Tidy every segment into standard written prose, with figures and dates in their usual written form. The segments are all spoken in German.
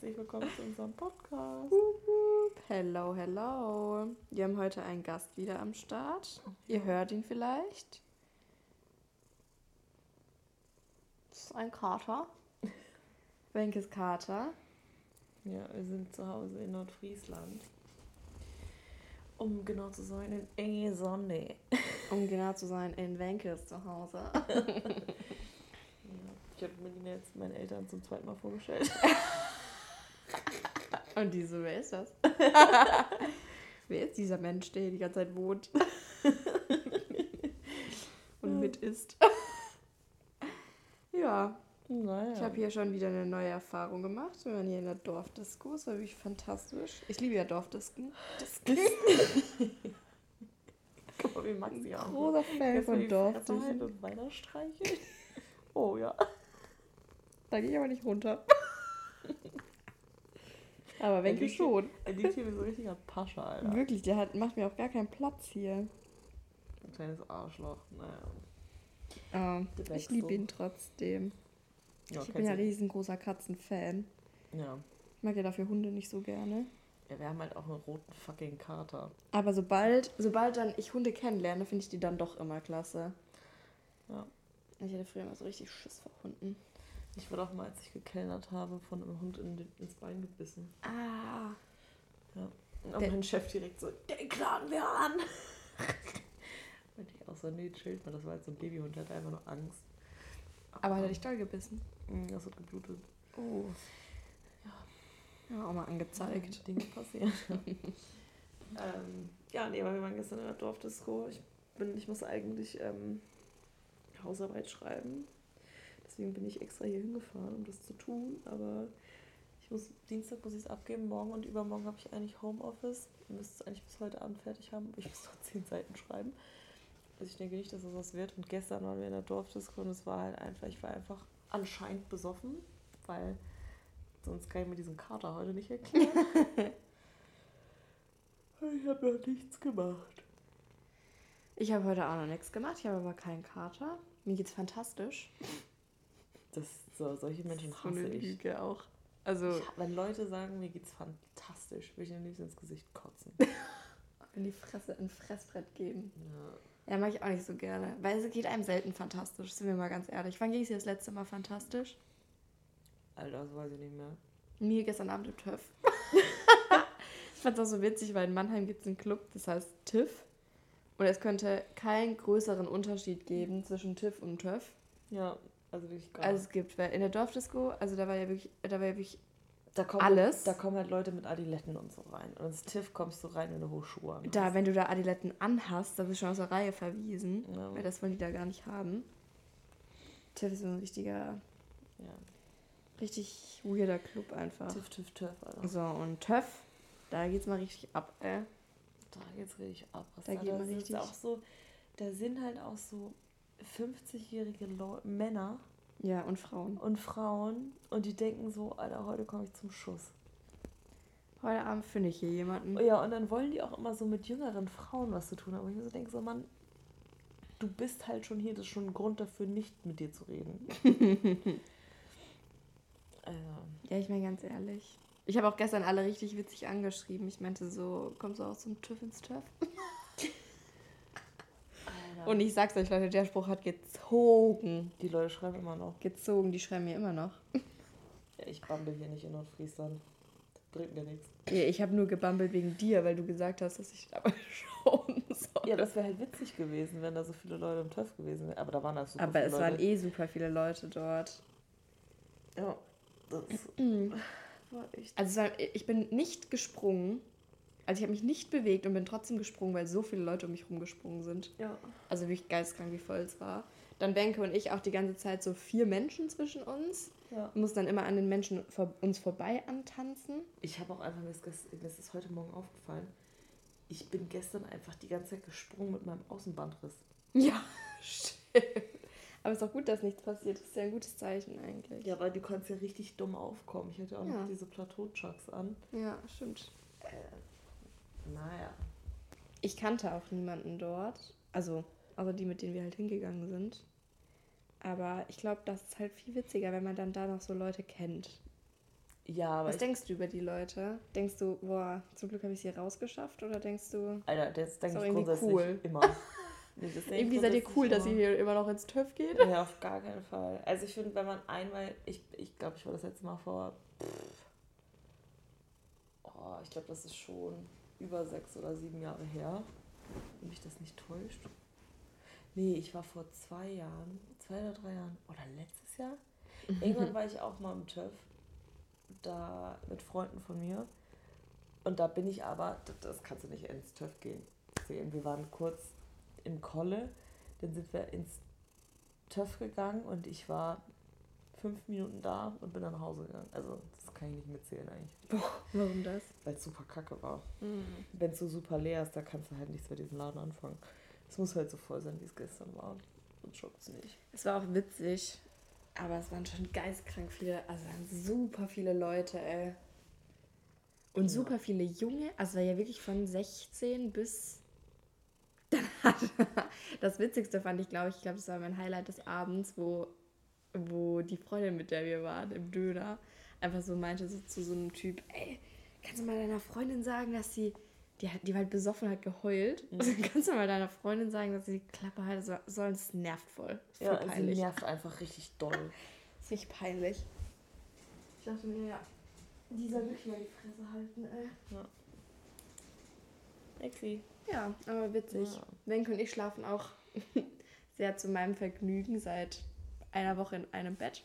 herzlich willkommen zu unserem Podcast. Hello, hello. Wir haben heute einen Gast wieder am Start. Ihr hört ihn vielleicht. Das ist ein Kater. Wenkes Kater. Ja, wir sind zu Hause in Nordfriesland. Um genau zu sein, in Enge-Sonne. Um genau zu sein, in Wenkes zu Hause. Ja, ich habe Melina jetzt meinen Eltern zum zweiten Mal vorgestellt. Und die so, wer ist das? Wer ist dieser Mensch, der hier die ganze Zeit wohnt? Und mit isst. Ja. Naja. Ich habe hier schon wieder eine neue Erfahrung gemacht. Wir waren hier in der Dorfdisco. Das war wirklich fantastisch. Ich liebe ja Dorfdisken. Guck mal, wie Maxi auch. Großer Fan von Dorfdisken. Und Weinerstreiche. Oh ja. Da gehe ich aber nicht runter. Aber Wenke schon. Er liegt hier wie so ein richtiger Pascha, Alter. Wirklich, macht mir auch gar keinen Platz hier. Ein kleines Arschloch. Naja. Ich liebe ihn trotzdem. Ja, Ich bin ja riesengroßer Katzenfan. Ja. Ich mag ja dafür Hunde nicht so gerne. Ja, wir haben halt auch einen roten fucking Kater. Aber sobald dann ich Hunde kennenlerne, finde ich die dann doch immer klasse. Ja. Ich hatte früher immer so richtig Schiss vor Hunden. Ich wurde auch mal, als ich gekellnert habe, von einem Hund ins Bein gebissen. Ah. Ja. Und mein Chef direkt so, den klagen wir an. Meinte ich auch so, nee, chillt mal, das war halt so ein Babyhund, der hatte einfach nur Angst. Aber hat er dich doll gebissen? Das hat geblutet. Oh. Ja, auch mal angezeigt. Ja, Dinge passieren. Nee, aber wir waren gestern in der Dorfdisco. Ich muss eigentlich Hausarbeit schreiben. Deswegen bin ich extra hier hingefahren, um das zu tun. Aber Dienstag muss ich es abgeben, morgen und übermorgen habe ich eigentlich Homeoffice. Ich müsste es eigentlich bis heute Abend fertig haben, aber ich muss noch 10 Seiten schreiben. Also ich denke nicht, dass das was wird. Und gestern waren wir in der Dorfdisco und es war halt einfach, ich war einfach anscheinend besoffen, weil sonst kann ich mir diesen Kater heute nicht erklären. Ich habe noch nichts gemacht. Ich habe heute auch noch nichts gemacht, ich habe aber keinen Kater. Mir geht's fantastisch. Solche Menschen so hasse eine ich. Lüge auch. Also, wenn Leute sagen, mir geht's fantastisch, würde ich am liebsten ins Gesicht kotzen. in die Fresse, ein Fressbrett geben. Ja. Ja, mache ich auch nicht so gerne. Weil es geht einem selten fantastisch, sind wir mal ganz ehrlich. Wann ging es dir das letzte Mal fantastisch? Alter, das weiß ich nicht mehr. Mir gestern Abend im TÜV. Ich fand es auch so witzig, weil in Mannheim gibt es einen Club, das heißt TÜV. Und es könnte keinen größeren Unterschied geben zwischen TÜV und TÜV. Ja, also wirklich gar Also es gibt, weil in der Dorfdisco, also da war ja wirklich kommen alles. Da kommen halt Leute mit Adiletten und so rein. Und ins TÜV kommst du rein, wenn du Hochschuhe anhast. Da, wenn du da Adiletten anhast, da bist du schon aus der Reihe verwiesen. Ja. Weil das wollen die da gar nicht haben. TÜV ist so ein richtig weirder Club einfach. TÜV, Alter. So, und TÜV, da geht's mal richtig ab, ey. Da geht's richtig ab. Da geht man richtig. Auch so, da sind halt auch so 50-jährige Männer. Ja, und Frauen. Und die denken so, Alter, heute komme ich zum Schuss. Heute Abend finde ich hier jemanden. Ja, und dann wollen die auch immer so mit jüngeren Frauen was zu tun haben. Und ich mir so denke, so, Mann, du bist halt schon hier, das ist schon ein Grund dafür, nicht mit dir zu reden. Ja, ich meine ganz ehrlich. Ich habe auch gestern alle richtig witzig angeschrieben. Ich meinte so, kommst du auch zum TÜV ins TÜV? Und ich sag's euch, Leute, der Spruch hat gezogen. Die Leute schreiben immer noch. Gezogen, die schreiben mir immer noch. Ja, ich bambel hier nicht in Nordfriesland. Das bringt mir nichts. Ja, ich habe nur gebambelt wegen dir, weil du gesagt hast, dass ich dabei schauen soll. Ja, das wäre halt witzig gewesen, wenn da so viele Leute im TÜV gewesen wären. Aber da waren halt super Aber viele es Leute. waren eh super viele Leute dort. Ja, das war echt... Also ich bin nicht gesprungen. Also ich habe mich nicht bewegt und bin trotzdem gesprungen, weil so viele Leute um mich rumgesprungen sind. Ja. Also wirklich geisteskrank, wie voll es war. Dann Benke und ich auch die ganze Zeit so 4 Menschen zwischen uns. Ja. Wir mussten dann immer an den Menschen uns vorbei antanzen. Ich habe auch einfach, mir ist das heute Morgen aufgefallen, ich bin gestern einfach die ganze Zeit gesprungen mit meinem Außenbandriss. Ja, stimmt. Aber es ist auch gut, dass nichts passiert. Das ist ja ein gutes Zeichen eigentlich. Ja, weil du kannst ja richtig dumm aufkommen. Ich hatte auch noch diese Plateau-Chucks an. Ja, stimmt. Naja. Ich kannte auch niemanden dort. Also, außer die, mit denen wir halt hingegangen sind. Aber ich glaube, das ist halt viel witziger, wenn man dann da noch so Leute kennt. Ja, aber Was denkst du über die Leute? Denkst du, boah, zum Glück habe ich es hier rausgeschafft? Oder denkst du, Alter, das denke auch ich irgendwie grundsätzlich cool? immer. Nee, das denk ich Irgendwie seid ihr grundsätzlich cool, dass ihr immer. hier immer noch ins TÜV geht? Ja, auf gar keinen Fall. Also ich finde, wenn man einmal, ich glaube, ich war das letzte Mal vor, ich glaube, das ist schon über 6 oder 7 Jahre her, wenn mich das nicht täuscht. Nee, ich war vor 2 Jahren, 2 oder 3 Jahren, oder letztes Jahr. Irgendwann war ich auch mal im TÜV, da mit Freunden von mir. Und da bin ich aber, das kannst du nicht ins TÜV gehen. Wir waren kurz im Kolle, dann sind wir ins TÜV gegangen und ich war 5 Minuten da und bin dann nach Hause gegangen. Also das kann ich nicht mitzählen eigentlich. Warum das? Weil es super kacke war. Mhm. Wenn es so super leer ist, da kannst du halt nichts mit diesem Laden anfangen. Es muss halt so voll sein, wie es gestern war. Sonst schockt es nicht. Es war auch witzig, aber es waren schon geistkrank viele, also es waren super viele Leute, ey. Und Ja. super viele Junge, also es war ja wirklich von 16 bis... Das Witzigste fand ich, glaube ich, das war mein Highlight des Abends, wo die Freundin, mit der wir waren, im Döner, einfach so meinte so zu so einem Typ, ey, kannst du mal deiner Freundin sagen, dass die war halt besoffen, hat geheult. Also kannst du mal deiner Freundin sagen, dass sie die Klappe halten soll? Das nervt voll. Das ist Ja, voll sie peinlich. nervt einfach richtig doll. Das ist richtig peinlich. Ich dachte mir, ja, die soll wirklich mal die Fresse halten, ey. Ja. Exi. Ja, aber witzig. Ja. Wenke und ich schlafen auch sehr zu meinem Vergnügen seit einer Woche in einem Bett.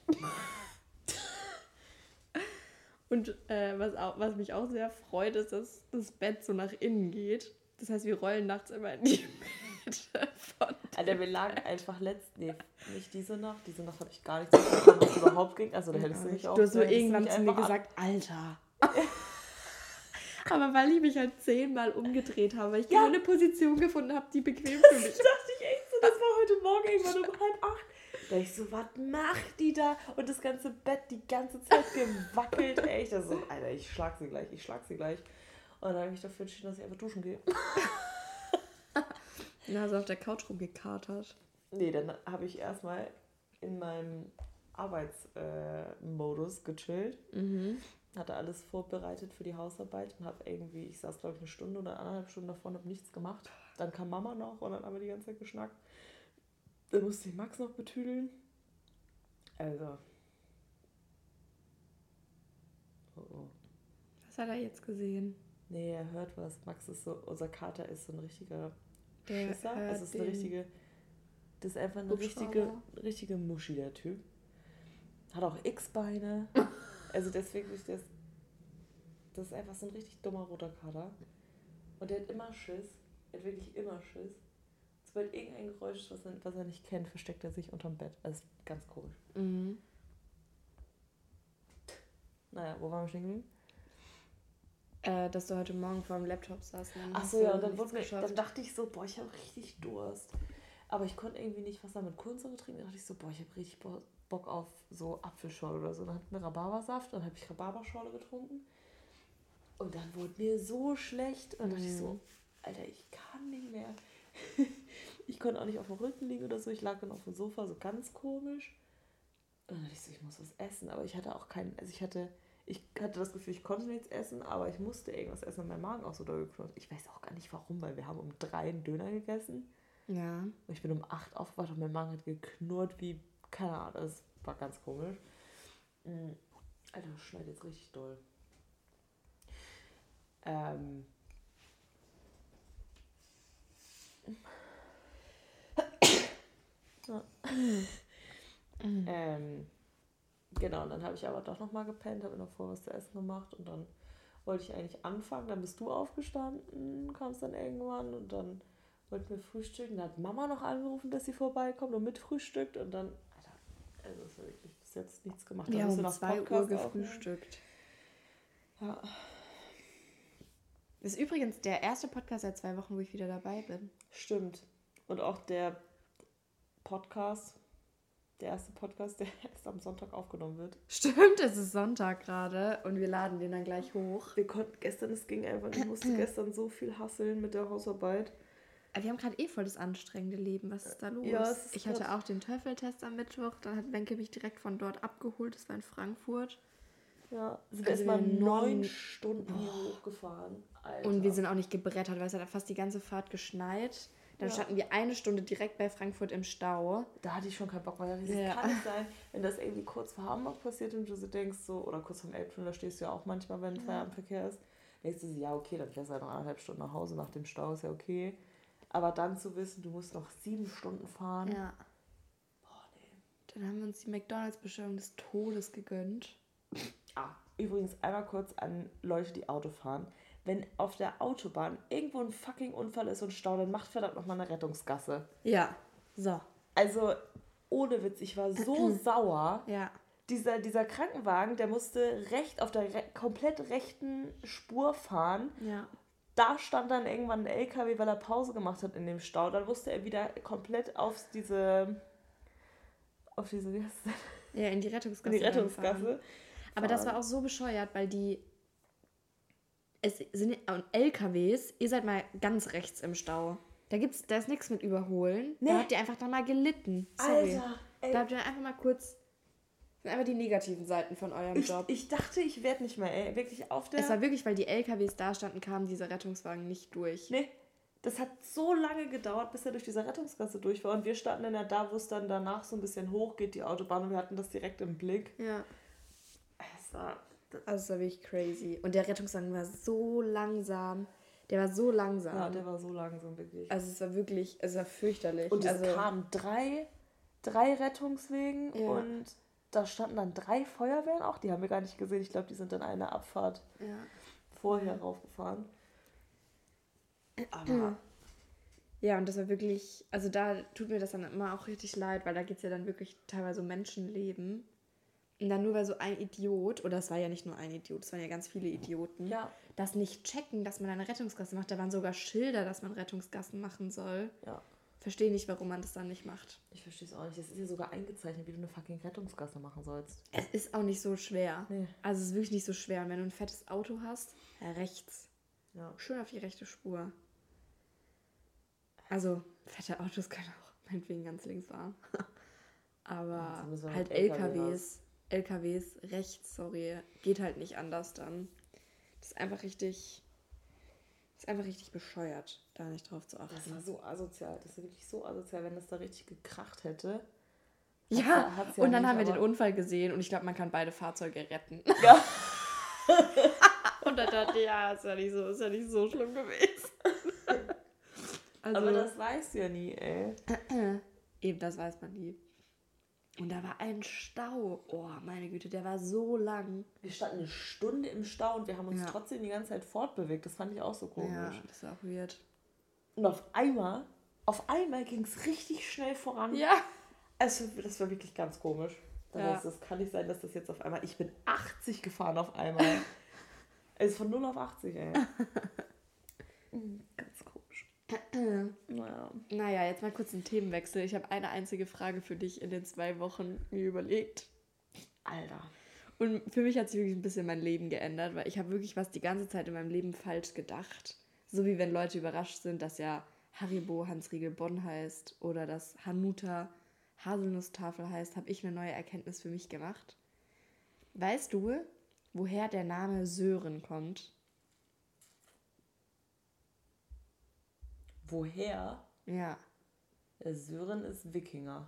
Und was mich auch sehr freut, ist, dass das Bett so nach innen geht. Das heißt, wir rollen nachts immer in die Mitte von... Alter, wir lagen einfach nicht diese Nacht. Diese Nacht habe ich gar nicht mitbekommen, was überhaupt ging. Also da hättest du mich auch... Du hast nur da hättest du irgendwann mich zu mir einfach gesagt, Alter. Aber weil ich mich halt 10-mal umgedreht habe, weil ich keine Position gefunden habe, die bequem für mich Das dachte ich echt so, das war heute Morgen irgendwann um 7:30. Da ich so, was macht die da? Und das ganze Bett die ganze Zeit gewackelt. Echt, das so, Alter, ich schlag sie gleich. Und dann habe ich mich dafür entschieden, dass ich einfach duschen gehe. Dann hast du auf der Couch rumgekatert. Nee, dann habe ich erstmal in meinem Arbeitsmodus gechillt. Hatte alles vorbereitet für die Hausarbeit und habe irgendwie, ich saß glaube ich 1 Stunde oder 1,5 Stunden davor und habe nichts gemacht. Dann kam Mama noch und dann haben wir die ganze Zeit geschnackt. Dann musste ich Max noch betüdeln. Also. Oh. Was hat er jetzt gesehen? Nee, er hört was. Max ist so, unser Kater ist so ein richtiger Der Schisser. hört Es ist eine den richtige, das ist einfach eine Hubschrauber. richtige Muschi, der Typ. Hat auch X-Beine. Also deswegen ist das ist einfach so ein richtig dummer roter Kater. Und der hat immer Schiss. Er hat wirklich immer Schiss. Sobald irgendein Geräusch ist, was er nicht kennt, versteckt er sich unterm Bett. Also ganz komisch. Mhm. Naja, wo waren wir stehen geblieben? Dass du heute Morgen vor dem Laptop saßt. Achso, ja, und dann dachte ich so, boah, ich habe richtig Durst. Aber ich konnte irgendwie nicht Wasser mit Kohlensäure trinken. Dann dachte ich so, boah, ich habe richtig Bock auf so Apfelschorle oder so. Dann hatten wir Rhabarbersaft, dann habe ich Rhabarberschorle getrunken. Und dann wurde mir so schlecht. Und dann dachte ich so, Alter, ich kann nicht mehr. Ich konnte auch nicht auf dem Rücken liegen oder so. Ich lag dann auf dem Sofa, so ganz komisch. Und dann dachte ich so, ich muss was essen. Aber ich hatte auch keinen, also ich hatte das Gefühl, ich konnte nichts essen, aber ich musste irgendwas essen und mein Magen auch so doll geknurrt. Ich weiß auch gar nicht warum, weil wir haben um 3 einen Döner gegessen. Ja. Und ich bin um 8 aufgewacht und mein Magen hat geknurrt wie, keine Ahnung, das war ganz komisch. Alter, das schneidet jetzt richtig doll. Genau, und dann habe ich aber doch nochmal gepennt, habe noch vor was zu essen gemacht und dann wollte ich eigentlich anfangen, dann bist du aufgestanden, kamst dann irgendwann und dann wollten wir frühstücken, dann hat Mama noch angerufen, dass sie vorbeikommt und mitfrühstückt und dann, Alter, also das war wirklich bis jetzt nichts gemacht. Wir Dann haben um noch 2 Uhr Podcast gefrühstückt. Ja. Das ist übrigens der erste Podcast seit 2 Wochen, wo ich wieder dabei bin. Stimmt. Und auch der erste Podcast, der erst am Sonntag aufgenommen wird. Stimmt, es ist Sonntag gerade und wir laden den dann gleich hoch. Wir konnten gestern, es ging einfach, ich musste gestern so viel hasseln mit der Hausarbeit. Wir haben gerade voll das anstrengende Leben. Was ist da los? Ja, es ist ich hatte auch den TOEFL-Test am Mittwoch. Dann hat Wenke mich direkt von dort abgeholt. Das war in Frankfurt. Ja, sind Also erstmal wir 9 Stunden hier hochgefahren. Alter. Und wir sind auch nicht gebrettert, weil es hat fast die ganze Fahrt geschneit. Dann standen wir 1 Stunde direkt bei Frankfurt im Stau. Da hatte ich schon keinen Bock mehr. Das kann nicht sein, wenn das irgendwie kurz vor Hamburg passiert und du so denkst, so, oder kurz vorm Elbtunnel, da stehst du ja auch manchmal, wenn Feierabendverkehr ist. Denkst du so, ja, okay, dann fährst du halt noch 1,5 Stunden nach Hause nach dem Stau, ist ja okay. Aber dann zu wissen, du musst noch 7 Stunden fahren. Ja. Boah, nee. Dann haben wir uns die McDonalds-Bestellung des Todes gegönnt. Übrigens einmal kurz an Leute, die Auto fahren. Wenn auf der Autobahn irgendwo ein fucking Unfall ist und Stau, dann macht verdammt nochmal eine Rettungsgasse. Ja, so. Also, ohne Witz, ich war so sauer. Ja. Dieser Krankenwagen, der musste auf der komplett rechten Spur fahren. Ja. Da stand dann irgendwann ein LKW, weil er Pause gemacht hat in dem Stau. Dann musste er wieder komplett wie heißt das? Ja, in die Rettungsgasse. In die Rettungsgasse. Aber das war auch so bescheuert, weil es sind LKWs, ihr seid mal ganz rechts im Stau. Da ist nichts mit Überholen. Nee. Da habt ihr einfach dann mal gelitten. Sorry. Alter, ey. Da habt ihr einfach mal kurz... Das sind einfach die negativen Seiten von eurem Job. Ich dachte, ich werde nicht mehr, ey. Wirklich auf der... Es war wirklich, weil die LKWs da standen, kamen diese Rettungswagen nicht durch. Nee, das hat so lange gedauert, bis er durch diese Rettungsgasse durch war. Und wir standen dann ja da, wo es dann danach so ein bisschen hoch geht, die Autobahn. Und wir hatten das direkt im Blick. Ja. Es war wirklich crazy. Und der Rettungswagen war so langsam. Der war so langsam. Ja, der war so langsam, wirklich. Also es war fürchterlich. Und es kamen drei Rettungswegen und da standen dann 3 Feuerwehren auch. Die haben wir gar nicht gesehen. Ich glaube, die sind dann eine Abfahrt vorher raufgefahren. Aber... Ja, und das war wirklich... Also da tut mir das dann immer auch richtig leid, weil da geht es ja dann wirklich teilweise um Menschenleben. Und dann nur weil so ein Idiot, oder es war ja nicht nur ein Idiot, es waren ja ganz viele Idioten, das nicht checken, dass man eine Rettungsgasse macht. Da waren sogar Schilder, dass man Rettungsgassen machen soll. Ja. Verstehe nicht, warum man das dann nicht macht. Ich verstehe es auch nicht. Es ist ja sogar eingezeichnet, wie du eine fucking Rettungsgasse machen sollst. Es ist auch nicht so schwer. Nee. Also es ist wirklich nicht so schwer. Und wenn du ein fettes Auto hast, rechts. Ja. Schön auf die rechte Spur. Also fette Autos können auch meinetwegen ganz links fahren. Aber halt LKWs rechts, sorry, geht halt nicht anders dann. Das ist einfach richtig bescheuert, da nicht drauf zu achten. Das war so asozial, das ist wirklich so asozial, wenn das da richtig gekracht hätte. Hat's und dann haben wir den Unfall gesehen und ich glaube, man kann beide Fahrzeuge retten. Ja. Und dann dachte ich, ja, ist ja nicht so schlimm gewesen. Also, aber das weißt du ja nie, ey. Eben, das weiß man nie. Und da war ein Stau. Oh, meine Güte, der war so lang. Wir standen 1 Stunde im Stau und wir haben uns trotzdem die ganze Zeit fortbewegt. Das fand ich auch so komisch. Ja, das war auch weird. Und auf einmal ging es richtig schnell voran. Ja. Also, das war wirklich ganz komisch. Das kann nicht sein, dass das jetzt auf einmal... Ich bin 80 gefahren auf einmal. Also von 0 auf 80, ey. Ganz komisch. Naja, jetzt mal kurz einen Themenwechsel. Ich habe eine einzige Frage für dich in den 2 Wochen mir überlegt. Alter. Und für mich hat sich wirklich ein bisschen mein Leben geändert, weil ich habe wirklich was die ganze Zeit in meinem Leben falsch gedacht. So wie wenn Leute überrascht sind, dass ja Haribo Hans-Riegel Bonn heißt oder dass Hanuta Haselnusstafel heißt, habe ich eine neue Erkenntnis für mich gemacht. Weißt du, woher der Name Sören kommt? Woher? Ja. Der Sören ist Wikinger.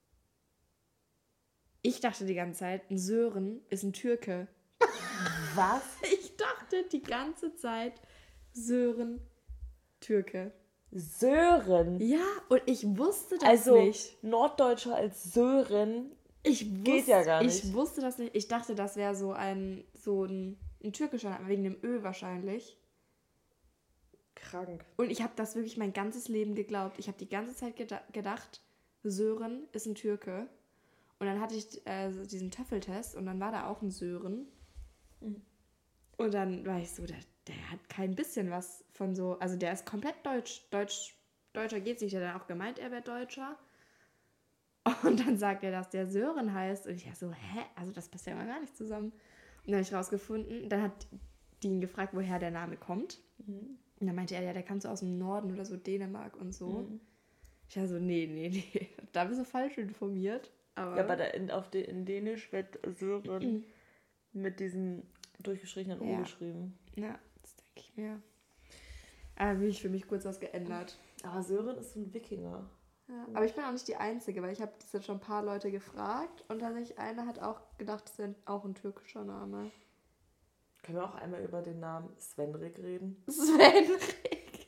Ich dachte die ganze Zeit, ein Sören ist ein Türke. Was? Ich dachte die ganze Zeit, Sören, Türke. Sören? Ja, und ich wusste das nicht. Also Norddeutscher als Sören geht ja gar nicht. Ich wusste das nicht. Ich dachte, das wäre so ein türkischer Name, wegen dem Ö wahrscheinlich. Krank. Und ich habe das wirklich mein ganzes Leben geglaubt. Ich habe die ganze Zeit gedacht, Sören ist ein Türke. Und dann hatte ich diesen Töffeltest und dann war da auch ein Sören. Mhm. Und dann war ich so, der hat kein bisschen was von so, also der ist komplett Deutscher geht's nicht. Der hat dann auch gemeint, er wäre Deutscher. Und dann sagt er, dass der Sören heißt. Und ich dachte so, also das passt ja mal gar nicht zusammen. Und dann habe ich rausgefunden, dann hat die ihn gefragt, woher der Name kommt. Mhm. Und dann meinte er, ja, der kam so aus dem Norden oder so, Dänemark und so. Mhm. Ich dachte so, nee, da bist du falsch informiert. Aber ja, aber in Dänisch wird Sören Mit diesem durchgestrichenen O geschrieben. Ja, das denke ich mir. Aber wie ich für mich kurz was geändert. Aber Sören ist so ein Wikinger. Ja, aber ich bin auch nicht die Einzige, weil ich habe das jetzt schon ein paar Leute gefragt und tatsächlich einer hat auch gedacht, das wäre auch ein türkischer Name. Können wir auch einmal über den Namen Svenrik reden? Svenrik.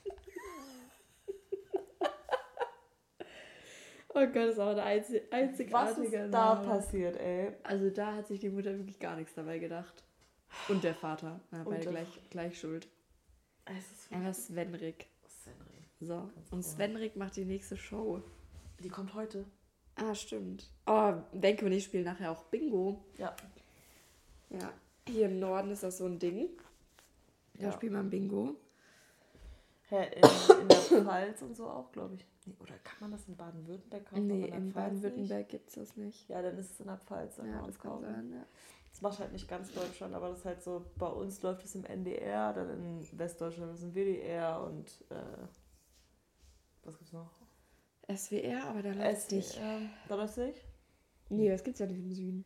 Oh Gott, das ist auch ein einzigartiger Was ist Name. da passiert, ey? Also da hat sich die Mutter wirklich gar nichts dabei gedacht. Und der Vater. Beide gleich schuld. Einfach Svenrik. So, und Svenrik macht die nächste Show. Die kommt heute. Ah, stimmt. Oh, Wenke und ich spielen nachher auch Bingo. Ja. Ja, hier im Norden ist das so ein Ding. Da spielt man Bingo. Hä, in der Pfalz und so auch, glaube ich. Nee, oder kann man das in Baden-Württemberg kaufen? Nee, in Baden-Württemberg gibt es das nicht. Ja, dann ist es in der Pfalz. Ja, das kann sein, ja. Das macht halt nicht ganz Deutschland, aber das ist halt so, bei uns läuft es im NDR, dann in Westdeutschland ist es im WDR und was gibt's noch? SWR, aber da läuft es nicht. Da läuft es nicht? Nee, das gibt's ja nicht im Süden.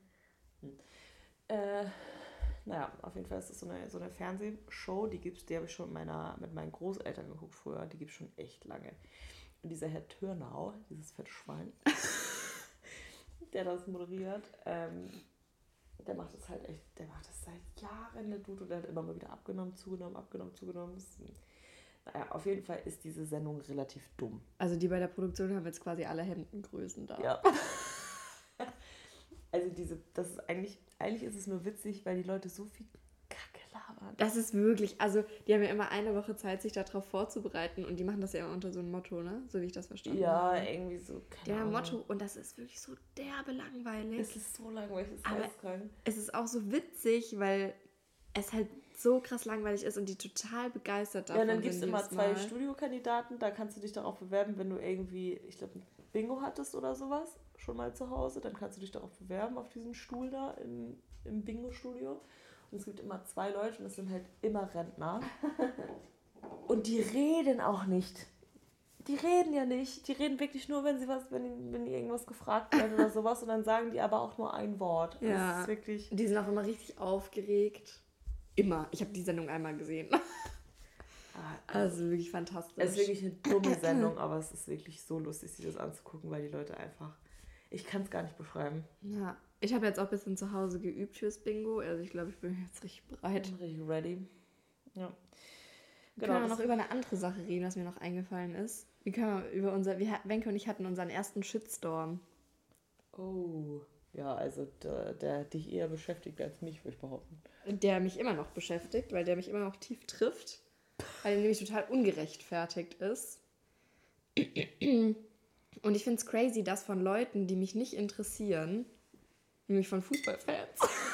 Naja, auf jeden Fall ist das so eine Fernsehshow, die habe ich schon mit meinen Großeltern geguckt früher, die gibt es schon echt lange. Und dieser Herr Türnau, dieses fette Schwein, der das moderiert, der macht das halt echt, der macht das seit Jahren, der Dude, und der hat immer mal wieder abgenommen, zugenommen. Naja, auf jeden Fall ist diese Sendung relativ dumm. Also die bei der Produktion haben jetzt quasi alle Hemdengrößen da. Ja. Also das ist eigentlich ist es nur witzig, weil die Leute so viel Kacke labern. Das ist wirklich, also die haben ja immer eine Woche Zeit, sich darauf vorzubereiten und die machen das ja immer unter so einem Motto, ne? So wie ich das verstanden habe. Ja, irgendwie so, keine Ahnung. Motto, und das ist wirklich so derbe langweilig. Es ist so langweilig, es ist geisteskrank. Es ist auch so witzig, weil es halt so krass langweilig ist und die total begeistert davon sind. Ja, dann gibt es immer 2 Studiokandidaten, da kannst du dich darauf bewerben, wenn du irgendwie, ich glaube, Bingo hattest oder sowas, schon mal zu Hause, dann kannst du dich darauf bewerben, auf diesen Stuhl da im Bingo-Studio. Und es gibt immer 2 Leute und es sind halt immer Rentner. Und die reden auch nicht. Die reden ja nicht. Die reden wirklich nur, wenn die irgendwas gefragt werden oder sowas. Und dann sagen die aber auch nur ein Wort. Ja, das ist wirklich... Die sind auch immer richtig aufgeregt. Immer. Ich habe die Sendung einmal gesehen. Also wirklich fantastisch. Es ist wirklich eine dumme Sendung, aber es ist wirklich so lustig, sich das anzugucken, weil die Leute einfach... Ich kann es gar nicht beschreiben. Ja, ich habe jetzt auch ein bisschen zu Hause geübt fürs Bingo. Also ich glaube, ich bin jetzt richtig bereit. Ich bin richtig ready. Ja. Wir können noch über eine andere Sache reden, was mir noch eingefallen ist. Wenke und ich hatten unseren ersten Shitstorm. Oh, ja, also der hat dich eher beschäftigt als mich, würde ich behaupten. Der mich immer noch beschäftigt, weil der mich immer noch tief trifft. Weil er nämlich total ungerechtfertigt ist. Und ich finde es crazy, dass von Leuten, die mich nicht interessieren, nämlich von Fußballfans,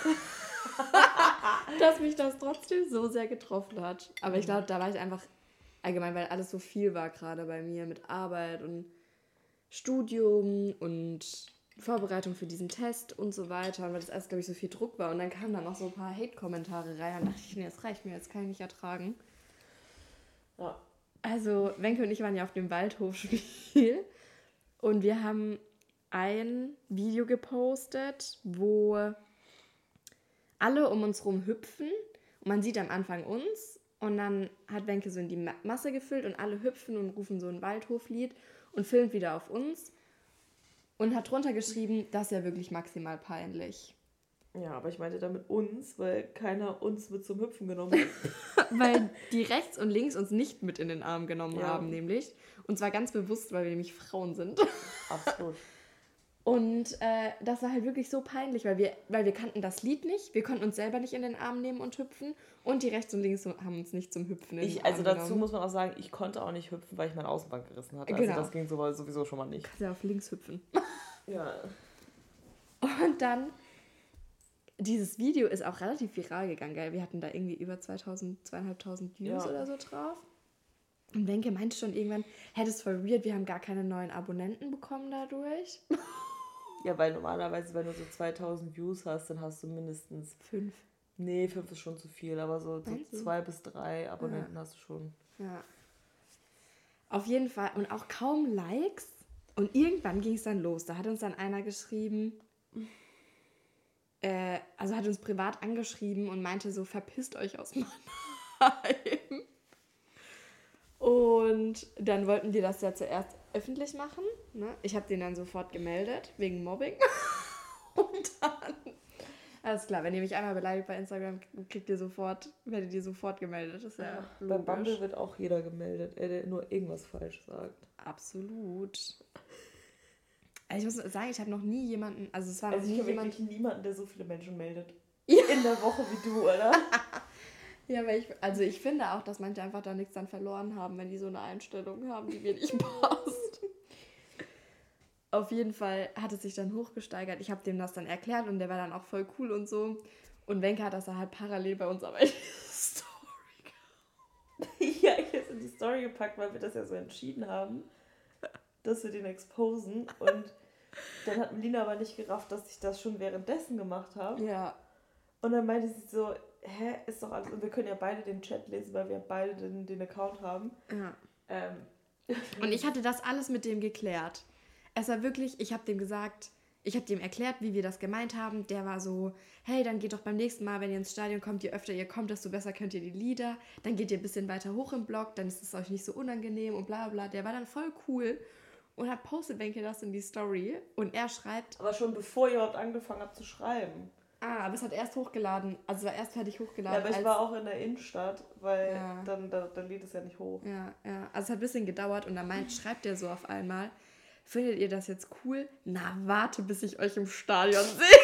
dass mich das trotzdem so sehr getroffen hat. Aber ich glaube, da war ich einfach allgemein, weil alles so viel war gerade bei mir mit Arbeit und Studium und Vorbereitung für diesen Test und so weiter. Und weil das erst, glaube ich, so viel Druck war. Und dann kamen da noch so ein paar Hate-Kommentare rein. Und dachte ich, nee, das reicht mir, jetzt kann ich nicht ertragen. Ja. Also, Wenke und ich waren ja auf dem Waldhofspiel und wir haben ein Video gepostet, wo alle um uns rum hüpfen und man sieht am Anfang uns und dann hat Wenke so in die Masse gefüllt und alle hüpfen und rufen so ein Waldhoflied und filmt wieder auf uns und hat drunter geschrieben, das ist ja wirklich maximal peinlich. Ja, aber ich meinte damit uns, weil keiner uns mit zum Hüpfen genommen hat. Weil die rechts und links uns nicht mit in den Arm genommen haben, nämlich. Und zwar ganz bewusst, weil wir nämlich Frauen sind. Absolut. Und das war halt wirklich so peinlich, weil wir kannten das Lied nicht, wir konnten uns selber nicht in den Arm nehmen und hüpfen und die rechts und links haben uns nicht zum Hüpfen in den Arm dazu genommen. muss man auch sagen, ich konnte auch nicht hüpfen, weil ich meine Außenband gerissen hatte. Genau. Also das ging sowieso schon mal nicht. Kannst ja auf links hüpfen. Ja. Und dann, dieses Video ist auch relativ viral gegangen, gell? Wir hatten da irgendwie über 2500 Views oder so drauf. Und Wenke meinte schon irgendwann, das ist voll weird, wir haben gar keine neuen Abonnenten bekommen dadurch. Ja, weil normalerweise, wenn du so 2000 Views hast, dann hast du mindestens 5. Nee, 5 ist schon zu viel, aber so 2 bis 3 Abonnenten hast du schon. Ja. Auf jeden Fall. Und auch kaum Likes. Und irgendwann ging es dann los. Da hat uns dann einer geschrieben, also hat uns privat angeschrieben und meinte so, verpisst euch aus Mannheim. Und dann wollten die das ja zuerst öffentlich machen. Ne? Ich habe den dann sofort gemeldet, wegen Mobbing. Und dann, alles klar, wenn ihr mich einmal beleidigt bei Instagram, werdet ihr sofort gemeldet. Das ist ja Bei Bumble wird auch jeder gemeldet, der nur irgendwas falsch sagt. Absolut. Also ich muss sagen, ich habe noch nie jemanden, also es war noch nie jemand... Ich kenne niemanden, der so viele Menschen meldet. Ja. In der Woche wie du, oder? Ja, aber ich finde auch, dass manche einfach da nichts dann verloren haben, wenn die so eine Einstellung haben, die mir nicht passt. Auf jeden Fall hat es sich dann hochgesteigert. Ich habe dem das dann erklärt und der war dann auch voll cool und so. Und Wenke hat das dann halt parallel bei uns aber in die Story gehabt. Ja, ich habe es in die Story gepackt, weil wir das ja so entschieden haben, dass wir den exposen. Und dann hat Melina aber nicht gerafft, dass ich das schon währenddessen gemacht habe. Ja. Und dann meinte sie so, ist doch alles... Und wir können ja beide den Chat lesen, weil wir beide den Account haben. Ja. Und ich hatte das alles mit dem geklärt. Es war wirklich, ich habe dem erklärt, wie wir das gemeint haben. Der war so, hey, dann geht doch beim nächsten Mal, wenn ihr ins Stadion kommt, je öfter ihr kommt, desto besser könnt ihr die Lieder. Dann geht ihr ein bisschen weiter hoch im Blog, dann ist es euch nicht so unangenehm und bla bla. Der war dann voll cool und hat postet Wenke das in die Story und er schreibt... Aber schon bevor ihr überhaupt angefangen habt zu schreiben. Aber es hat erst hochgeladen, also es war erst fertig hochgeladen. Ja, aber ich war auch in der Innenstadt, weil dann lädt es ja nicht hoch. Ja. Also es hat ein bisschen gedauert und dann schreibt er so auf einmal, findet ihr das jetzt cool? Na, warte, bis ich euch im Stadion sehe.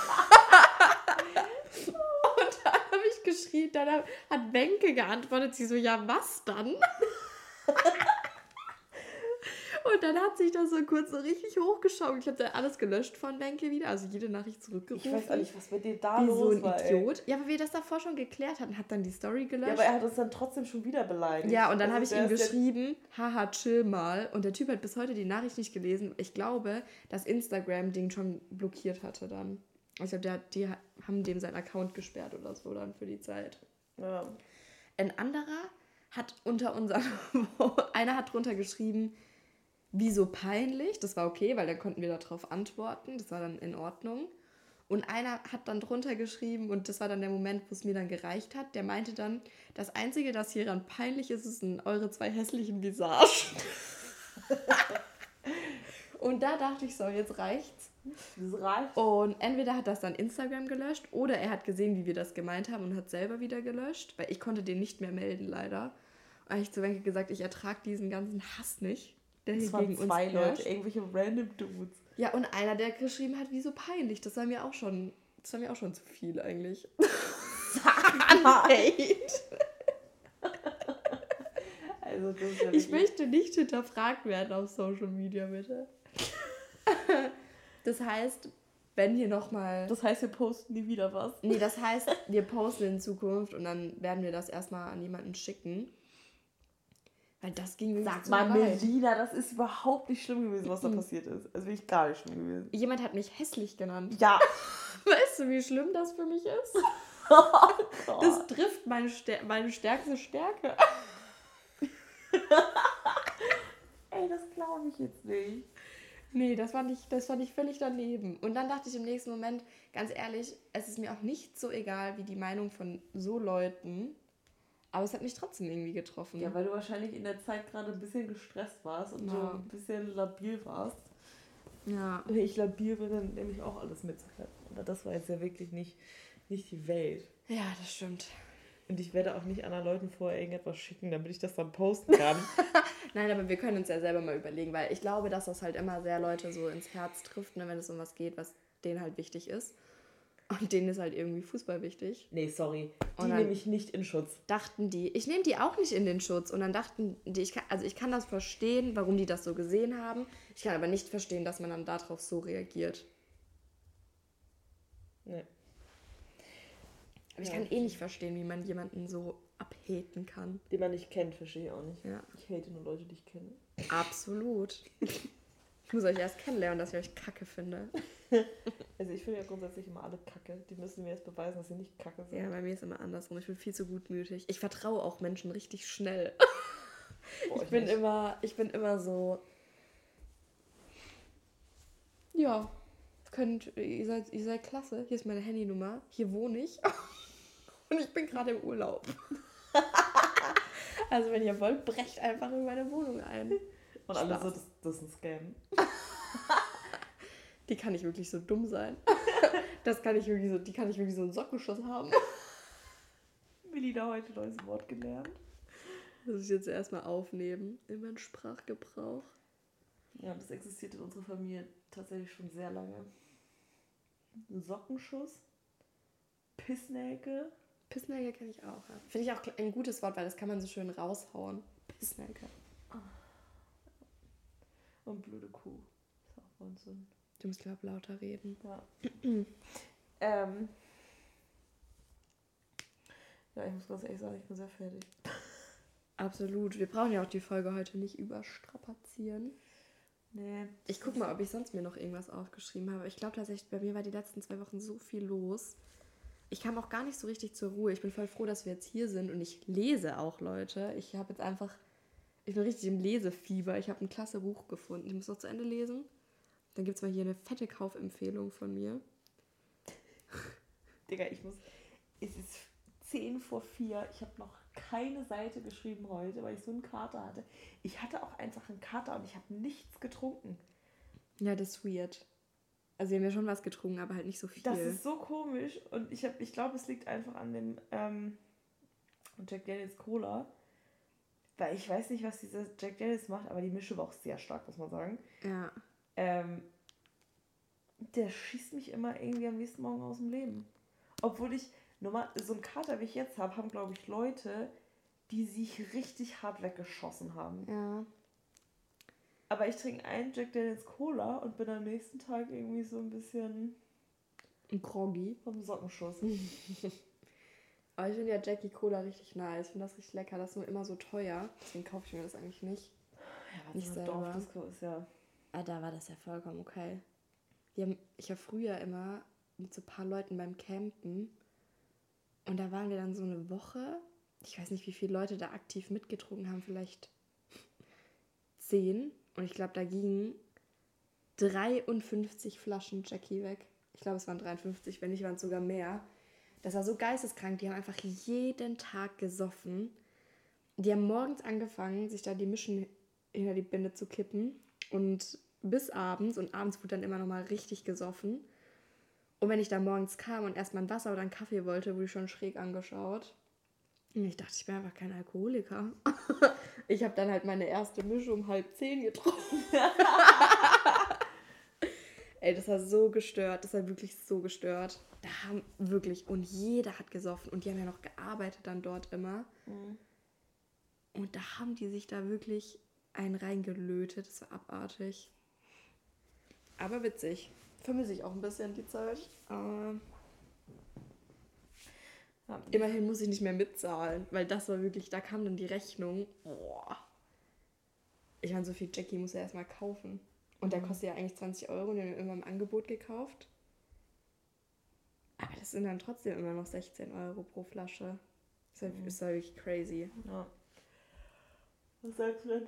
Und dann habe ich geschrieben, dann hat Wenke geantwortet, sie so, ja, was dann? Und dann hat sich das so kurz so richtig hochgeschaukelt. Ich habe dann alles gelöscht von Wenke wieder, also jede Nachricht zurückgerufen. Ich weiß auch nicht, was mit dir da wie los war. So ein Idiot. Ja, aber wir das davor schon geklärt hatten, hat dann die Story gelöscht. Ja, aber er hat uns dann trotzdem schon wieder beleidigt. Ja, und dann habe ich ihm geschrieben, haha, chill mal. Und der Typ hat bis heute die Nachricht nicht gelesen. Ich glaube, dass Instagram den schon blockiert hatte dann. Ich glaube, die haben dem seinen Account gesperrt oder so dann für die Zeit. Ja. Ein anderer hat einer hat drunter geschrieben, wieso peinlich? Das war okay, weil dann konnten wir darauf antworten. Das war dann in Ordnung. Und einer hat dann drunter geschrieben, und das war dann der Moment, wo es mir dann gereicht hat, der meinte dann, das Einzige, das hieran peinlich ist, sind eure 2 hässlichen Visagen. Und da dachte ich so, jetzt reicht's. Das reicht. Und entweder hat das dann Instagram gelöscht oder er hat gesehen, wie wir das gemeint haben und hat selber wieder gelöscht, weil ich konnte den nicht mehr melden, leider. Und habe ich zu Wenke gesagt, ich ertrage diesen ganzen Hass nicht. Das waren 2 Leute, irgendwelche random Dudes. Ja, und einer, der geschrieben hat, wieso peinlich. Das war mir auch schon zu viel eigentlich. Also das ist ja ich möchte nicht hinterfragt werden auf Social Media, bitte. Das heißt, wenn hier nochmal... Das heißt, wir posten nie wieder was? Nee, das heißt, wir posten in Zukunft und dann werden wir das erstmal an jemanden schicken. Weil das ging mir Sag mal, Melina, das ist überhaupt nicht schlimm gewesen, was da passiert ist. Also wirklich gar nicht schlimm gewesen. Jemand hat mich hässlich genannt. Ja. Weißt du, wie schlimm das für mich ist? Oh Gott. Das trifft meine stärkste Stärke. Ey, das glaube ich jetzt nicht. Nee, das fand ich völlig daneben. Und dann dachte ich im nächsten Moment, ganz ehrlich, es ist mir auch nicht so egal, wie die Meinung von so Leuten... Aber es hat mich trotzdem irgendwie getroffen. Ja, weil du wahrscheinlich in der Zeit gerade ein bisschen gestresst warst und so ein bisschen labil warst. Ja. Wenn ich labil bin, dann nehme ich auch alles mit. Aber das war jetzt ja wirklich nicht die Welt. Ja, das stimmt. Und ich werde auch nicht anderen Leuten vorher irgendetwas schicken, damit ich das dann posten kann. Nein, aber wir können uns ja selber mal überlegen, weil ich glaube, dass das halt immer sehr Leute so ins Herz trifft, ne, wenn es um was geht, was denen halt wichtig ist. Und denen ist halt irgendwie Fußball wichtig. Nee, sorry. Die nehme ich nicht in Schutz. Dachten die, ich nehme die auch nicht in den Schutz. Und dann dachten die, ich kann das verstehen, warum die das so gesehen haben. Ich kann aber nicht verstehen, dass man dann darauf so reagiert. Nee. Aber ich kann nicht verstehen, wie man jemanden so abhaten kann. Den man nicht kennt, verstehe ich auch nicht. Ja. Ich hate nur Leute, die ich kenne. Absolut. Ich muss euch erst kennenlernen, dass ich euch kacke finde. Also ich finde ja grundsätzlich immer alle kacke. Die müssen mir jetzt beweisen, dass sie nicht kacke sind. Ja, bei mir ist immer andersrum. Ich bin viel zu gutmütig. Ich vertraue auch Menschen richtig schnell. Boah, ich bin immer so... Ja, ihr seid klasse, hier ist meine Handynummer, hier wohne ich und ich bin gerade im Urlaub. Also wenn ihr wollt, brecht einfach in meine Wohnung ein. Und alle so, das ist ein Scam. Die kann nicht wirklich so dumm sein. Die kann ich wirklich so einen Sockenschuss haben. Willi da heute neues Wort gelernt. Das muss ich jetzt erstmal aufnehmen in meinen Sprachgebrauch. Ja, das existiert in unserer Familie tatsächlich schon sehr lange. Ein Sockenschuss, Pissnelke. Pissnelke kenne ich auch. Ja. Finde ich auch ein gutes Wort, weil das kann man so schön raushauen. Pissnelke. Und blöde Kuh. Ist auch Wahnsinn. Du musst, glaube ich, lauter reden. Ja. Ja, ich muss ganz ehrlich sagen, ich bin sehr fertig. Absolut. Wir brauchen ja auch die Folge heute nicht überstrapazieren. Nee. Ich gucke mal, ob ich sonst mir noch irgendwas aufgeschrieben habe. Ich glaube tatsächlich, bei mir war die letzten 2 Wochen so viel los. Ich kam auch gar nicht so richtig zur Ruhe. Ich bin voll froh, dass wir jetzt hier sind und ich lese auch, Leute. Ich bin richtig im Lesefieber. Ich habe ein klasse Buch gefunden. Ich muss noch zu Ende lesen. Dann gibt es mal hier eine fette Kaufempfehlung von mir. Digga, es ist 3:50. Ich habe noch keine Seite geschrieben heute, weil ich so einen Kater hatte. Ich hatte auch einfach einen Kater und ich habe nichts getrunken. Ja, das ist weird. Also wir haben ja schon was getrunken, aber halt nicht so viel. Das ist so komisch und ich glaube, es liegt einfach an dem Jack Daniels Cola. Weil ich weiß nicht, was dieser Jack Daniels macht, aber die Mische war auch sehr stark, muss man sagen. Ja. Der schießt mich immer irgendwie am nächsten Morgen aus dem Leben. Obwohl ich, normal, so einen Kater, wie ich jetzt habe, haben, glaube ich, Leute, die sich richtig hart weggeschossen haben. Ja. Aber ich trinke einen Jack Daniels Cola und bin am nächsten Tag irgendwie so ein bisschen groggy vom Sockenschuss. Aber ich finde ja Jackie Cola richtig nice. Ich finde das richtig lecker. Das ist nur immer so teuer. Deswegen kaufe ich mir das eigentlich nicht. Ja, nicht so selber. Dorfdisco ist ja... Ah, da war das ja vollkommen okay. Ich war früher immer mit so ein paar Leuten beim Campen. Und da waren wir dann so eine Woche. Ich weiß nicht, wie viele Leute da aktiv mitgetrunken haben. Vielleicht 10. Und ich glaube, da gingen 53 Flaschen Jackie weg. Ich glaube, es waren 53, wenn nicht, waren es sogar mehr. Das war so geisteskrank. Die haben einfach jeden Tag gesoffen. Die haben morgens angefangen, sich da die Mischen hinter die Binde zu kippen. Und bis abends. Und abends wurde dann immer noch mal richtig gesoffen. Und wenn ich da morgens kam und erstmal ein Wasser oder einen Kaffee wollte, wurde ich schon schräg angeschaut. Und ich dachte, ich bin einfach kein Alkoholiker. Ich habe dann halt meine erste Mische um 9:30 getrunken. Ey, das war so gestört. Das war wirklich so gestört. Da haben wirklich, und jeder hat gesoffen. Und die haben ja noch gearbeitet dann dort immer. Mhm. Und da haben die sich da wirklich einen reingelötet. Das war abartig. Aber witzig. Vermisse ich auch ein bisschen die Zeit. Immerhin muss ich nicht mehr mitzahlen, weil das war wirklich, da kam dann die Rechnung. Boah. Ich meine, so viel Jackie muss er erstmal kaufen. Und der kostet ja eigentlich 20 €, den haben wir irgendwann im Angebot gekauft. Aber das sind dann trotzdem immer noch 16 € pro Flasche. Das ist ja wirklich crazy. Ja. Was sagst du denn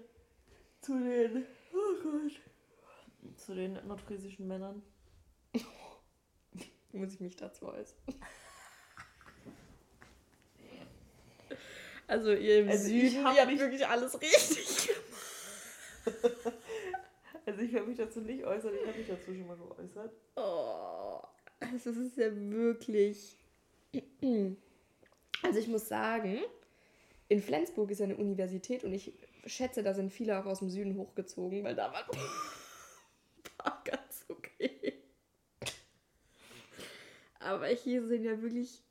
zu den nordfriesischen Männern? Muss ich mich dazu äußern? Also ihr im Süden, ihr habt wirklich alles richtig gemacht. Also ich werde mich dazu nicht äußern, ich habe mich dazu schon mal geäußert. Oh, das ist ja wirklich... Also ich muss sagen, in Flensburg ist ja eine Universität und ich schätze, da sind viele auch aus dem Süden hochgezogen, weil da war ganz okay. Aber hier sind ja wirklich...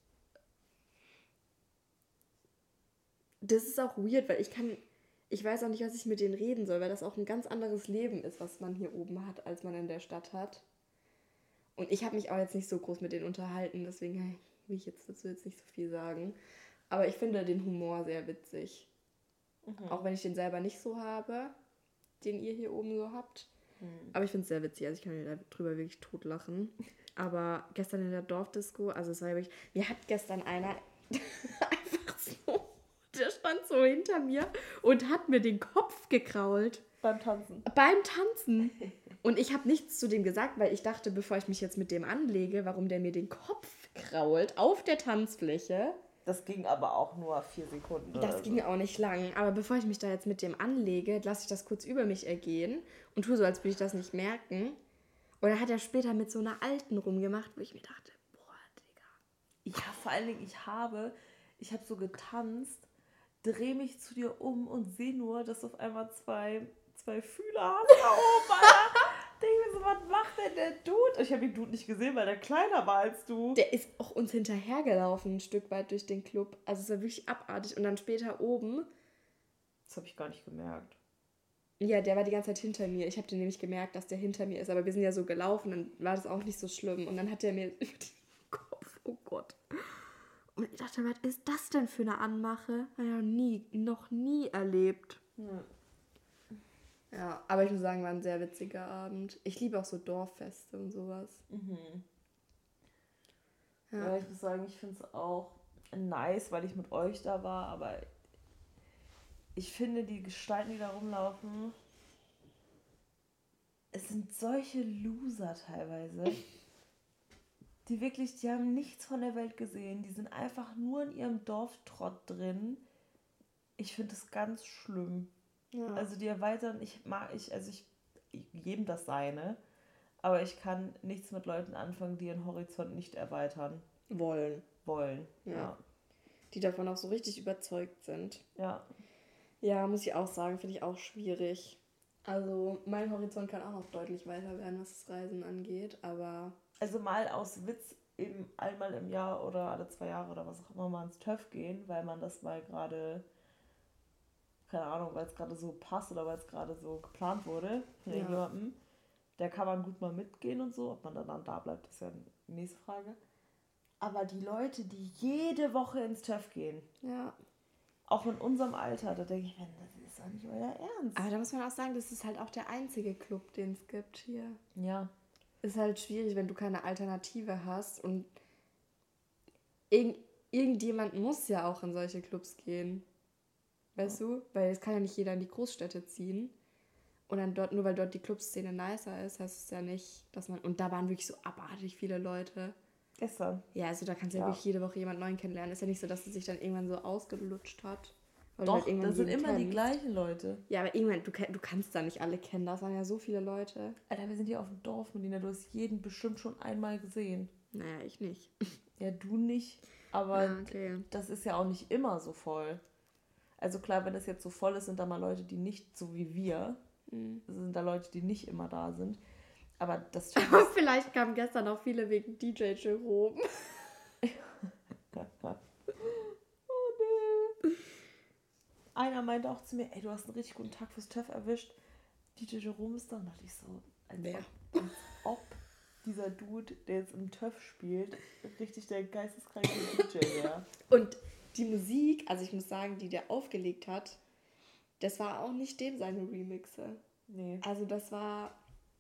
Das ist auch weird, weil ich weiß auch nicht, was ich mit denen reden soll, weil das auch ein ganz anderes Leben ist, was man hier oben hat, als man in der Stadt hat. Und ich habe mich auch jetzt nicht so groß mit denen unterhalten, deswegen will ich dazu jetzt nicht so viel sagen. Aber ich finde den Humor sehr witzig. Mhm. Auch wenn ich den selber nicht so habe, den ihr hier oben so habt. Mhm. Aber ich finde es sehr witzig, also ich kann mir darüber wirklich totlachen. Aber gestern in der Dorfdisco, also es war ja wirklich, mir hat gestern einer einfach so, der stand so hinter mir und hat mir den Kopf gekrault. Beim Tanzen. Beim Tanzen. Und ich habe nichts zu dem gesagt, weil ich dachte, bevor ich mich jetzt mit dem anlege, warum der mir den Kopf krault auf der Tanzfläche. Das ging aber auch nur 4 Sekunden. Das ging auch nicht lang. Aber bevor ich mich da jetzt mit dem anlege, lasse ich das kurz über mich ergehen und tue so, als würde ich das nicht merken. Und dann hat er später mit so einer Alten rumgemacht, wo ich mir dachte, boah, Digga. Ja, vor allen Dingen, ich habe so getanzt, drehe mich zu dir um und sehe nur, dass du auf einmal zwei Fühler hast da oben, Alter. Denke mir so, was macht denn der Dude? Und ich habe den Dude nicht gesehen, weil der kleiner war als du. Der ist auch uns hinterhergelaufen, ein Stück weit durch den Club. Also es war wirklich abartig. Und dann später oben, Das habe ich gar nicht gemerkt. ja, der war die ganze Zeit hinter mir. Ich habe den nämlich gemerkt, dass der hinter mir ist. Aber wir sind ja so gelaufen, dann war das auch nicht so schlimm. Und dann hat der mir über den Kopf, oh Gott. Und ich dachte, was ist das denn für eine Anmache? Noch nie erlebt. Hm. Ja, aber ich muss sagen, war ein sehr witziger Abend. Ich liebe auch so Dorffeste und sowas. Ja, ich muss sagen, ich finde es auch nice, weil ich mit euch da war, aber ich finde, die Gestalten, die da rumlaufen, es sind solche Loser teilweise, die haben nichts von der Welt gesehen, die sind einfach nur in ihrem Dorftrott drin. Ich finde das ganz schlimm. Ja. Also die erweitern, ich jedem das seine, aber ich kann nichts mit Leuten anfangen, die ihren Horizont nicht erweitern wollen. Ja. Die davon auch so richtig überzeugt sind. Ja. Ja, muss ich auch sagen, finde ich auch schwierig. Also mein Horizont kann auch noch deutlich weiter werden, was das Reisen angeht, aber... Also mal aus Witz eben einmal im Jahr oder alle 2 Jahre oder was auch immer mal ins TÜV gehen, weil man das mal gerade, keine Ahnung, weil es gerade so passt oder weil es gerade so geplant wurde von irgendjemandem, der kann man gut mal mitgehen und so. Ob man dann da bleibt, ist ja eine nächste Frage. Aber die Leute, die jede Woche ins TÜV gehen, auch in unserem Alter, da denke ich mir, das ist doch nicht euer Ernst. Aber da muss man auch sagen, das ist halt auch der einzige Club, den es gibt hier. Ja. Ist halt schwierig, wenn du keine Alternative hast und irgendjemand muss ja auch in solche Clubs gehen. Weißt du? Weil es kann ja nicht jeder in die Großstädte ziehen. Und dann dort, nur weil dort die Clubszene nicer ist, heißt es ja nicht, dass man... Und da waren wirklich so abartig viele Leute. Gestern. Ja, also da kannst du ja wirklich jede Woche jemanden neuen kennenlernen. Ist ja nicht so, dass es sich dann irgendwann so ausgelutscht hat. Doch, das sind immer die gleichen Leute. Ja, aber irgendwann, du kannst da nicht alle kennen. Da waren ja so viele Leute. Alter, wir sind hier auf dem Dorf, Melina. Du hast jeden bestimmt schon einmal gesehen. Naja, ich nicht. Ja, du nicht. Aber das ist ja auch nicht immer so voll. Also klar, wenn das jetzt so voll ist, sind da mal Leute, die nicht so wie wir. Das sind da Leute, die nicht immer da sind. Aber das vielleicht kamen gestern auch viele wegen DJ Jerome. Oh nee. Einer meinte auch zu mir, ey, du hast einen richtig guten Tag fürs TÜV erwischt. DJ Jerome ist da. Und dachte ich so, als ob dieser Dude, der jetzt im TÜV spielt, richtig der geisteskranke DJ wäre. Und die Musik, also ich muss sagen, die der aufgelegt hat, das war auch nicht dem seine Remixe. Nee. Also das war...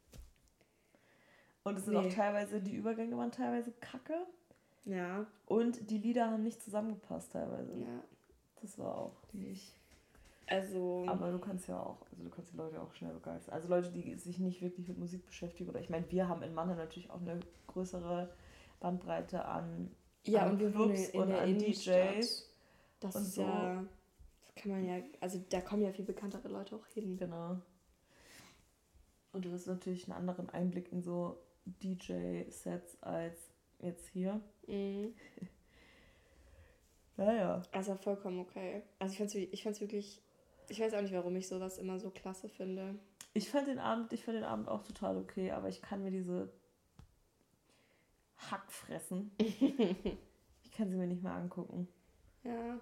Und es sind auch teilweise, die Übergänge waren teilweise kacke. Ja. Und die Lieder haben nicht zusammengepasst teilweise. Ja. Das war auch nicht... Also... Aber du kannst die Leute auch schnell begeistern. Also Leute, die sich nicht wirklich mit Musik beschäftigen. Oder ich meine, wir haben in Mannheim natürlich auch eine größere Bandbreite an und wir Clubs in und der an DJs. Das und ist so. ja... Das kann man ja... Also da kommen ja viel bekanntere Leute auch hin. Genau. Und du hast natürlich einen anderen Einblick in so DJ-Sets als jetzt hier. Mhm. Naja. Also vollkommen okay. Also ich fand's wirklich... Ich weiß auch nicht, warum ich sowas immer so klasse finde. Ich fand den Abend auch total okay, aber ich kann mir diese Hackfressen, ich kann sie mir nicht mehr angucken. Ja.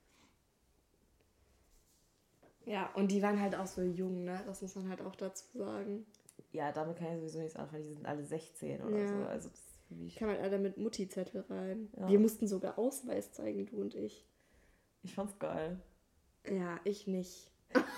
Ja, und die waren halt auch so jung, ne? Das muss man halt auch dazu sagen. Ja, damit kann ich sowieso nichts anfangen. Die sind alle 16 oder so. Also das ist für mich... Kam halt alle mit Mutti-Zettel rein. Ja. Wir mussten sogar Ausweis zeigen, du und ich. Ich fand's geil. Ja, ich nicht.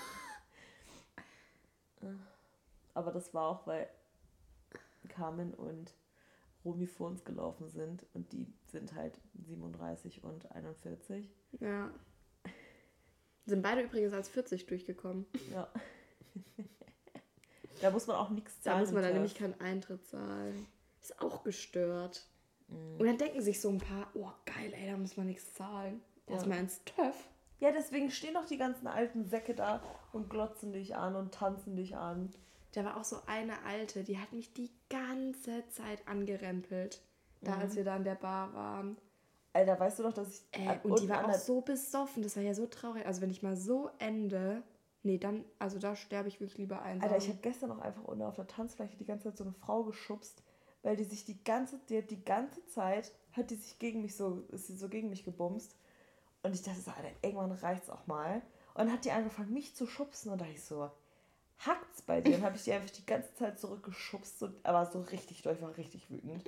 Aber das war auch, weil Carmen und Romy vor uns gelaufen sind und die sind halt 37 und 41. Ja. Sind beide übrigens als 40 durchgekommen. Ja. Da muss man auch nichts zahlen. Da muss man dann nämlich keinen Eintritt zahlen. Ist auch gestört. Und dann denken sich so ein paar, oh geil, ey, da muss man nichts zahlen. Erstmal ins TÜV. Ja, deswegen stehen doch die ganzen alten Säcke da und glotzen dich an und tanzen dich an. Da war auch so eine Alte, die hat mich die ganze Zeit angerempelt. Da, als wir da in der Bar waren. Alter, weißt du doch, dass ich... Und die war auch so besoffen. Das war ja so traurig. Also wenn ich mal so ende... Nee, dann... Also da sterbe ich wirklich lieber einsam. Alter, ich habe gestern auch einfach unten auf der Tanzfläche die ganze Zeit so eine Frau geschubst, weil die sich die ganze Zeit hat die sich gegen mich ist sie so gegen mich gebumst. Und ich dachte so, Alter, irgendwann reicht's auch mal. Und dann hat die angefangen, mich zu schubsen. Und da ich so, hackt's bei dir? Und habe ich die einfach die ganze Zeit zurückgeschubst. Aber so richtig doll, ich war richtig wütend.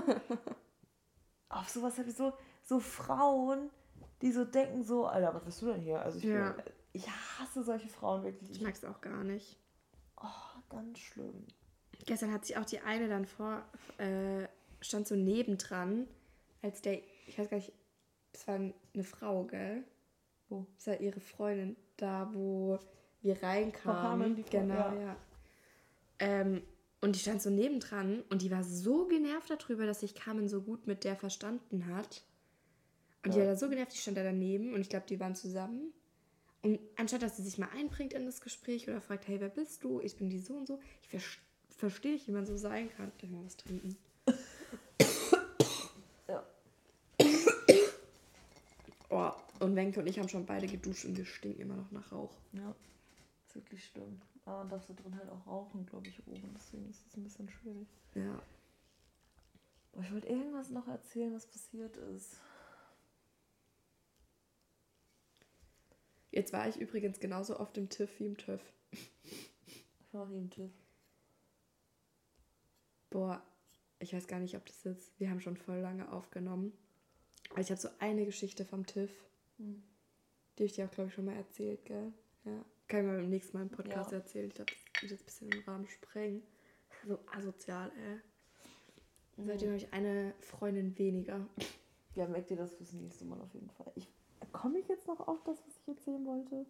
Auf sowas habe ich so Frauen, die so denken so, Alter, was bist du denn hier? Also ich hasse solche Frauen wirklich. Ich mag's auch gar nicht. Oh, ganz schlimm. Gestern hat sich auch die eine dann stand so nebendran, als ich weiß gar nicht, es war eine Frau, gell? Wo? Das war ihre Freundin, da wo wir reinkamen. Genau, ja. Und die stand so nebendran und die war so genervt darüber, dass sich Carmen so gut mit der verstanden hat. Und die war da so genervt, die stand da daneben und ich glaube, die waren zusammen. Und anstatt, dass sie sich mal einbringt in das Gespräch oder fragt, hey, wer bist du? Ich bin die so und so. Ich verstehe nicht, wie man so sein kann. Darf ich mal was trinken? Ja. Oh, und Wenke und ich haben schon beide geduscht und wir stinken immer noch nach Rauch. Ja, ist wirklich schlimm. Aber man darf so drin halt auch rauchen, glaube ich, oben. Deswegen ist es ein bisschen schwierig. Ja. Aber ich wollte irgendwas noch erzählen, was passiert ist. Jetzt war ich übrigens genauso oft im TÜV wie im TÜV. Ich war auch im TÜV. Boah, ich weiß gar nicht, ob das jetzt... Wir haben schon voll lange aufgenommen. Aber ich habe so eine Geschichte vom TÜV. Die habe ich dir auch, glaube ich, schon mal erzählt, gell? Ja. Kann ich mal beim nächsten Mal im Podcast erzählen. Ich glaube, das wird jetzt ein bisschen den Rahmen sprengen. So asozial, ey. Seitdem habe ich eine Freundin weniger. Ja, merkt ihr das fürs nächste Mal auf jeden Fall. Komme ich jetzt noch auf das, was ich erzählen wollte?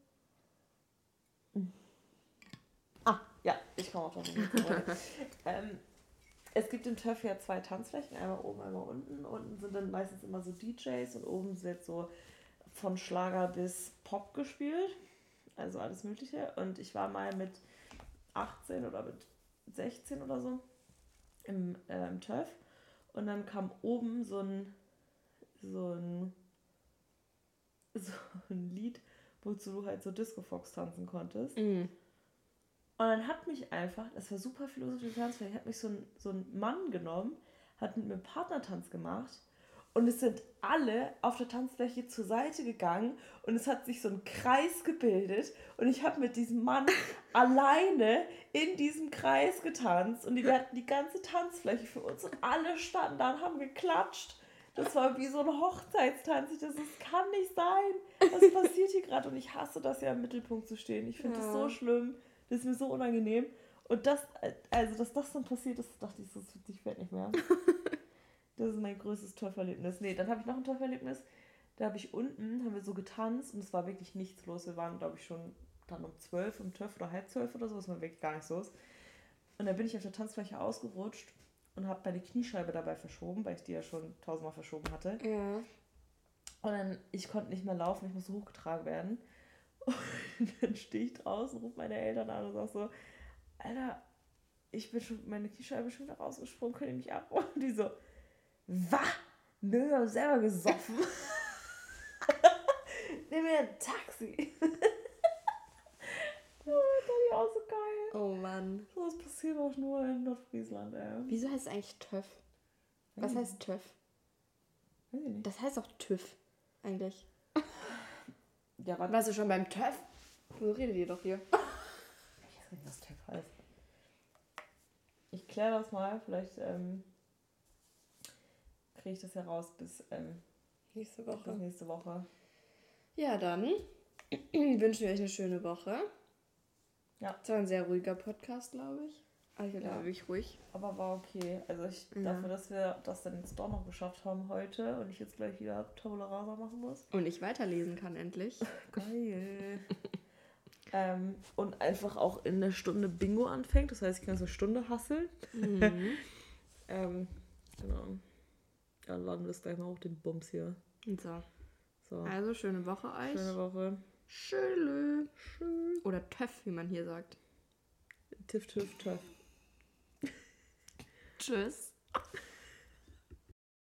Ja, ich komme auf das, was ich erzählen wollte. Es gibt im TÜV ja 2 Tanzflächen, einmal oben, einmal unten. Unten sind dann meistens immer so DJs und oben wird so von Schlager bis Pop gespielt. Also alles Mögliche. Und ich war mal mit 18 oder mit 16 oder so im TÜV. Und dann kam oben so ein Lied, wozu du halt so Disco-Fox tanzen konntest. Und dann hat mich einfach, das war super philosophische Tanzfläche, hat mich so ein Mann genommen, hat mit mir einen Partnertanz gemacht und es sind alle auf der Tanzfläche zur Seite gegangen und es hat sich so ein Kreis gebildet und ich habe mit diesem Mann alleine in diesem Kreis getanzt und wir hatten die ganze Tanzfläche für uns und alle standen da und haben geklatscht. Das war wie so ein Hochzeitstanz. Das kann nicht sein. Was passiert hier gerade? Und ich hasse das ja, im Mittelpunkt zu stehen. Ich finde das so schlimm. Das ist mir so unangenehm. Und dass das dann passiert ist, dachte ich, ich werde nicht mehr. Das ist mein größtes TÜV-Erlebnis. Nee, dann habe ich noch ein TÜV-Erlebnis. Da haben wir so getanzt und es war wirklich nichts los. Wir waren, glaube ich, schon dann um 12 im TÜV oder halb 12 oder so. Es war wirklich gar nichts los. Und dann bin ich auf der Tanzfläche ausgerutscht und habe meine Kniescheibe dabei verschoben, weil ich die ja schon 1000-mal verschoben hatte. Ja. Und dann, ich konnte nicht mehr laufen, ich musste hochgetragen werden. Und dann stehe ich draußen, rufe meine Eltern an und sage so, Alter, meine Kniescheibe ist schon wieder rausgesprungen, könnt ihr mich abholen? Und die so, was? Nö, wir haben selber gesoffen. Nimm mir ein Taxi. Oh, das fand ich auch so geil. Oh Mann. Das passiert auch nur in Nordfriesland, ey. Wieso heißt es eigentlich TÜV? Was heißt TÜV? Weiß ich nicht. Das heißt auch TÜV, eigentlich. Ja, warte. Warst du schon beim TÜV? Wo redet ihr doch hier? Ich weiß nicht, was TÜV heißt. Ich kläre das mal. Vielleicht kriege ich das ja raus bis Nächste Woche. bis nächste Woche. Ja, dann wünschen wir euch eine schöne Woche. Ja. Es war ein sehr ruhiger Podcast, glaube ich. Also ja, wirklich ruhig. Aber war okay. Also dafür, dass wir das dann jetzt doch noch geschafft haben heute und ich jetzt gleich wieder Tabula Rasa machen muss. Und ich weiterlesen kann endlich. Geil. Und einfach auch in der Stunde Bingo anfängt. Das heißt, ich kann so eine Stunde hasseln. Genau. Ja, laden wir das gleich mal hoch, den Bums hier. So. Also, schöne Woche euch. Schöne Woche. Schön. Oder Töff, wie man hier sagt. Tiff, tiff, töff. Tschüss.